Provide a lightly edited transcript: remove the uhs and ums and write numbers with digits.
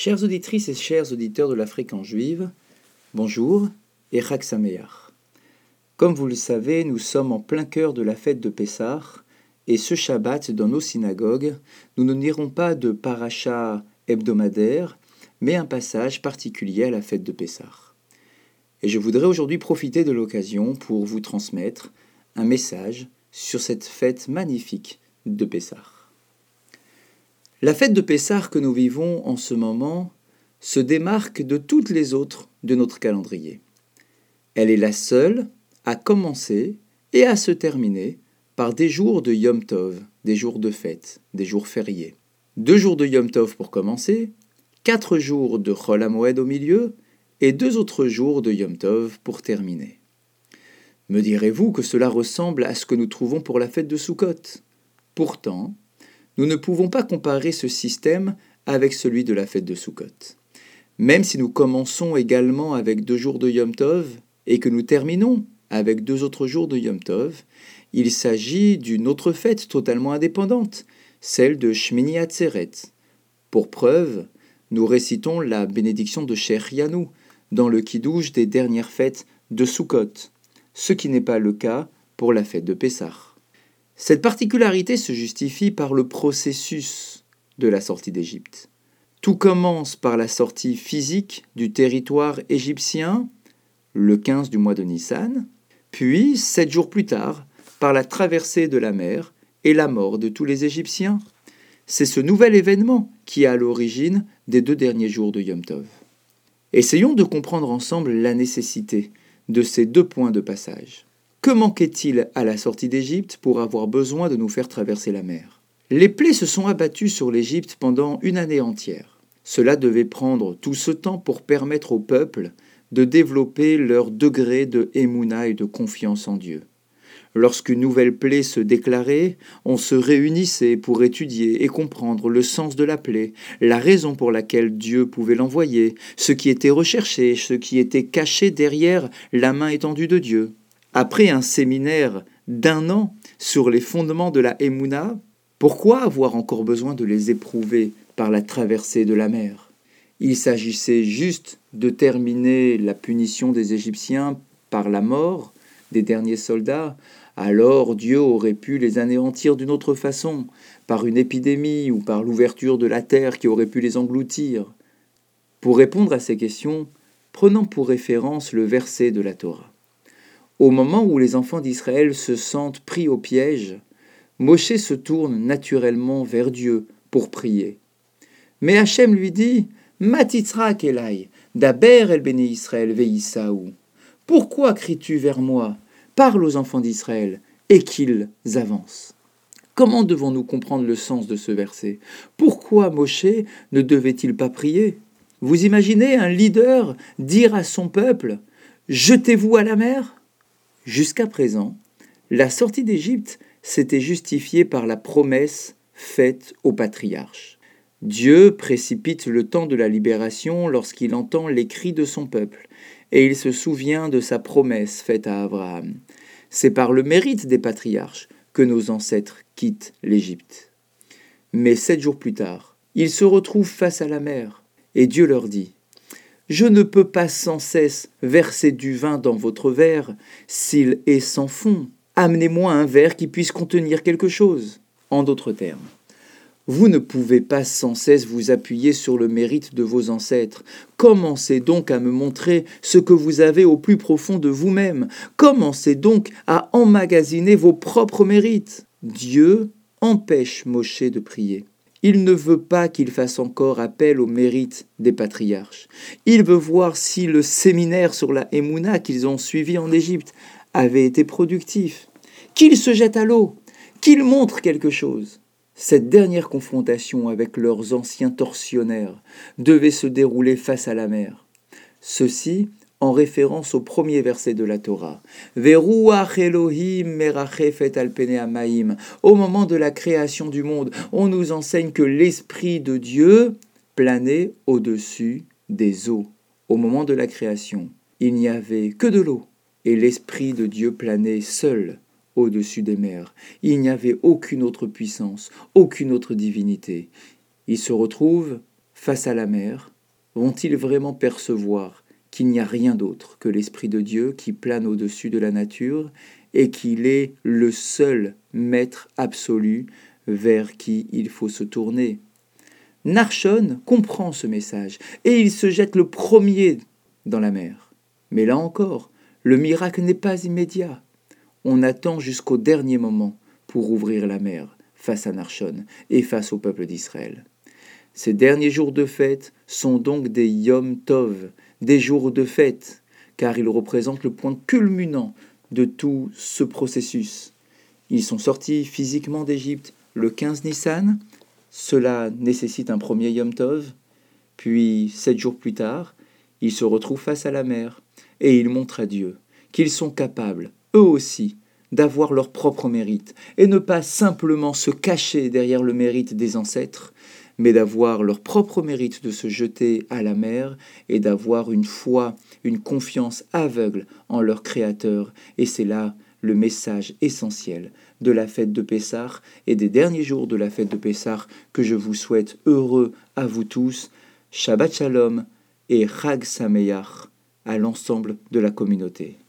Chères auditrices et chers auditeurs de la Fréquence Juive, bonjour et Chag Sameach. Comme vous le savez, nous sommes en plein cœur de la fête de Pessah, et ce Shabbat, dans nos synagogues, nous ne lirons pas de paracha hebdomadaire, mais un passage particulier à la fête de Pessah. Et je voudrais aujourd'hui profiter de l'occasion pour vous transmettre un message sur cette fête magnifique de Pessah. La fête de Pessah que nous vivons en ce moment se démarque de toutes les autres de notre calendrier. Elle est la seule à commencer et à se terminer par des jours de Yom Tov, des jours de fête, des jours fériés. 2 jours de Yom Tov pour commencer, 4 jours de Chol HaMoed au milieu et 2 autres jours de Yom Tov pour terminer. Me direz-vous que cela ressemble à ce que nous trouvons pour la fête de Sukkot ? Pourtant, nous ne pouvons pas comparer ce système avec celui de la fête de Sukkot. Même si nous commençons également avec 2 jours de Yom Tov et que nous terminons avec 2 autres jours de Yom Tov, il s'agit d'une autre fête totalement indépendante, celle de Shmini Atzeret. Pour preuve, nous récitons la bénédiction de Shechianu dans le Kiddush des dernières fêtes de Sukkot, ce qui n'est pas le cas pour la fête de Pessah. Cette particularité se justifie par le processus de la sortie d'Égypte. Tout commence par la sortie physique du territoire égyptien, le 15 du mois de Nissan, puis 7 jours plus tard, par la traversée de la mer et la mort de tous les Égyptiens. C'est ce nouvel événement qui est à l'origine des 2 derniers jours de Yom Tov. Essayons de comprendre ensemble la nécessité de ces 2 points de passage. Que manquait-il à la sortie d'Égypte pour avoir besoin de nous faire traverser la mer ? Les plaies se sont abattues sur l'Égypte pendant 1 année entière. Cela devait prendre tout ce temps pour permettre au peuple de développer leur degré de émouna et de confiance en Dieu. Lorsqu'une nouvelle plaie se déclarait, on se réunissait pour étudier et comprendre le sens de la plaie, la raison pour laquelle Dieu pouvait l'envoyer, ce qui était recherché, ce qui était caché derrière la main étendue de Dieu. Après un séminaire d'1 an sur les fondements de la Emouna, pourquoi avoir encore besoin de les éprouver par la traversée de la mer ? Il s'agissait juste de terminer la punition des Égyptiens par la mort des derniers soldats. Alors Dieu aurait pu les anéantir d'une autre façon, par une épidémie ou par l'ouverture de la terre qui aurait pu les engloutir. Pour répondre à ces questions, prenons pour référence le verset de la Torah. Au moment où les enfants d'Israël se sentent pris au piège, Moshe se tourne naturellement vers Dieu pour prier. Mais Hachem lui dit « Matitzrak Elai, daber el béni Israël veïsaou. Pourquoi cries-tu vers moi ? Parle aux enfants d'Israël et qu'ils avancent. » Comment devons-nous comprendre le sens de ce verset ? Pourquoi Moshe ne devait-il pas prier ? Vous imaginez un leader dire à son peuple « Jetez-vous à la mer » ? Jusqu'à présent, la sortie d'Égypte s'était justifiée par la promesse faite aux patriarches. Dieu précipite le temps de la libération lorsqu'il entend les cris de son peuple, et il se souvient de sa promesse faite à Abraham. C'est par le mérite des patriarches que nos ancêtres quittent l'Égypte. Mais 7 jours plus tard, ils se retrouvent face à la mer, et Dieu leur dit « Je ne peux pas sans cesse verser du vin dans votre verre s'il est sans fond. Amenez-moi un verre qui puisse contenir quelque chose. » En d'autres termes, vous ne pouvez pas sans cesse vous appuyer sur le mérite de vos ancêtres. Commencez donc à me montrer ce que vous avez au plus profond de vous-même. Commencez donc à emmagasiner vos propres mérites. Dieu empêche Moshe de prier. Il ne veut pas qu'il fasse encore appel au mérite des patriarches. Il veut voir si le séminaire sur la Emouna qu'ils ont suivi en Égypte avait été productif. Qu'ils se jettent à l'eau, qu'ils montrent quelque chose. Cette dernière confrontation avec leurs anciens tortionnaires devait se dérouler face à la mer. Ceci en référence au premier verset de la Torah. Veruach Elohim merachefet al pene hamaim. Au moment de la création du monde, on nous enseigne que l'Esprit de Dieu planait au-dessus des eaux. Au moment de la création, il n'y avait que de l'eau, et l'Esprit de Dieu planait seul au-dessus des mers. Il n'y avait aucune autre puissance, aucune autre divinité. Il se retrouve face à la mer, vont-ils vraiment percevoir qu'il n'y a rien d'autre que l'Esprit de Dieu qui plane au-dessus de la nature et qu'il est le seul maître absolu vers qui il faut se tourner? Narshon comprend ce message et il se jette le premier dans la mer. Mais là encore, le miracle n'est pas immédiat. On attend jusqu'au dernier moment pour ouvrir la mer face à Narshon et face au peuple d'Israël. Ces derniers jours de fête sont donc des Yom Tov, des jours de fête, car ils représentent le point culminant de tout ce processus. Ils sont sortis physiquement d'Égypte le 15 Nissan. Cela nécessite un premier Yom Tov. Puis, 7 jours plus tard, ils se retrouvent face à la mer et ils montrent à Dieu qu'ils sont capables, eux aussi, d'avoir leur propre mérite et ne pas simplement se cacher derrière le mérite des ancêtres, mais d'avoir leur propre mérite de se jeter à la mer et d'avoir une foi, une confiance aveugle en leur Créateur. Et c'est là le message essentiel de la fête de Pessah et des derniers jours de la fête de Pessah que je vous souhaite heureux à vous tous. Shabbat Shalom et Chag Sameach à l'ensemble de la communauté.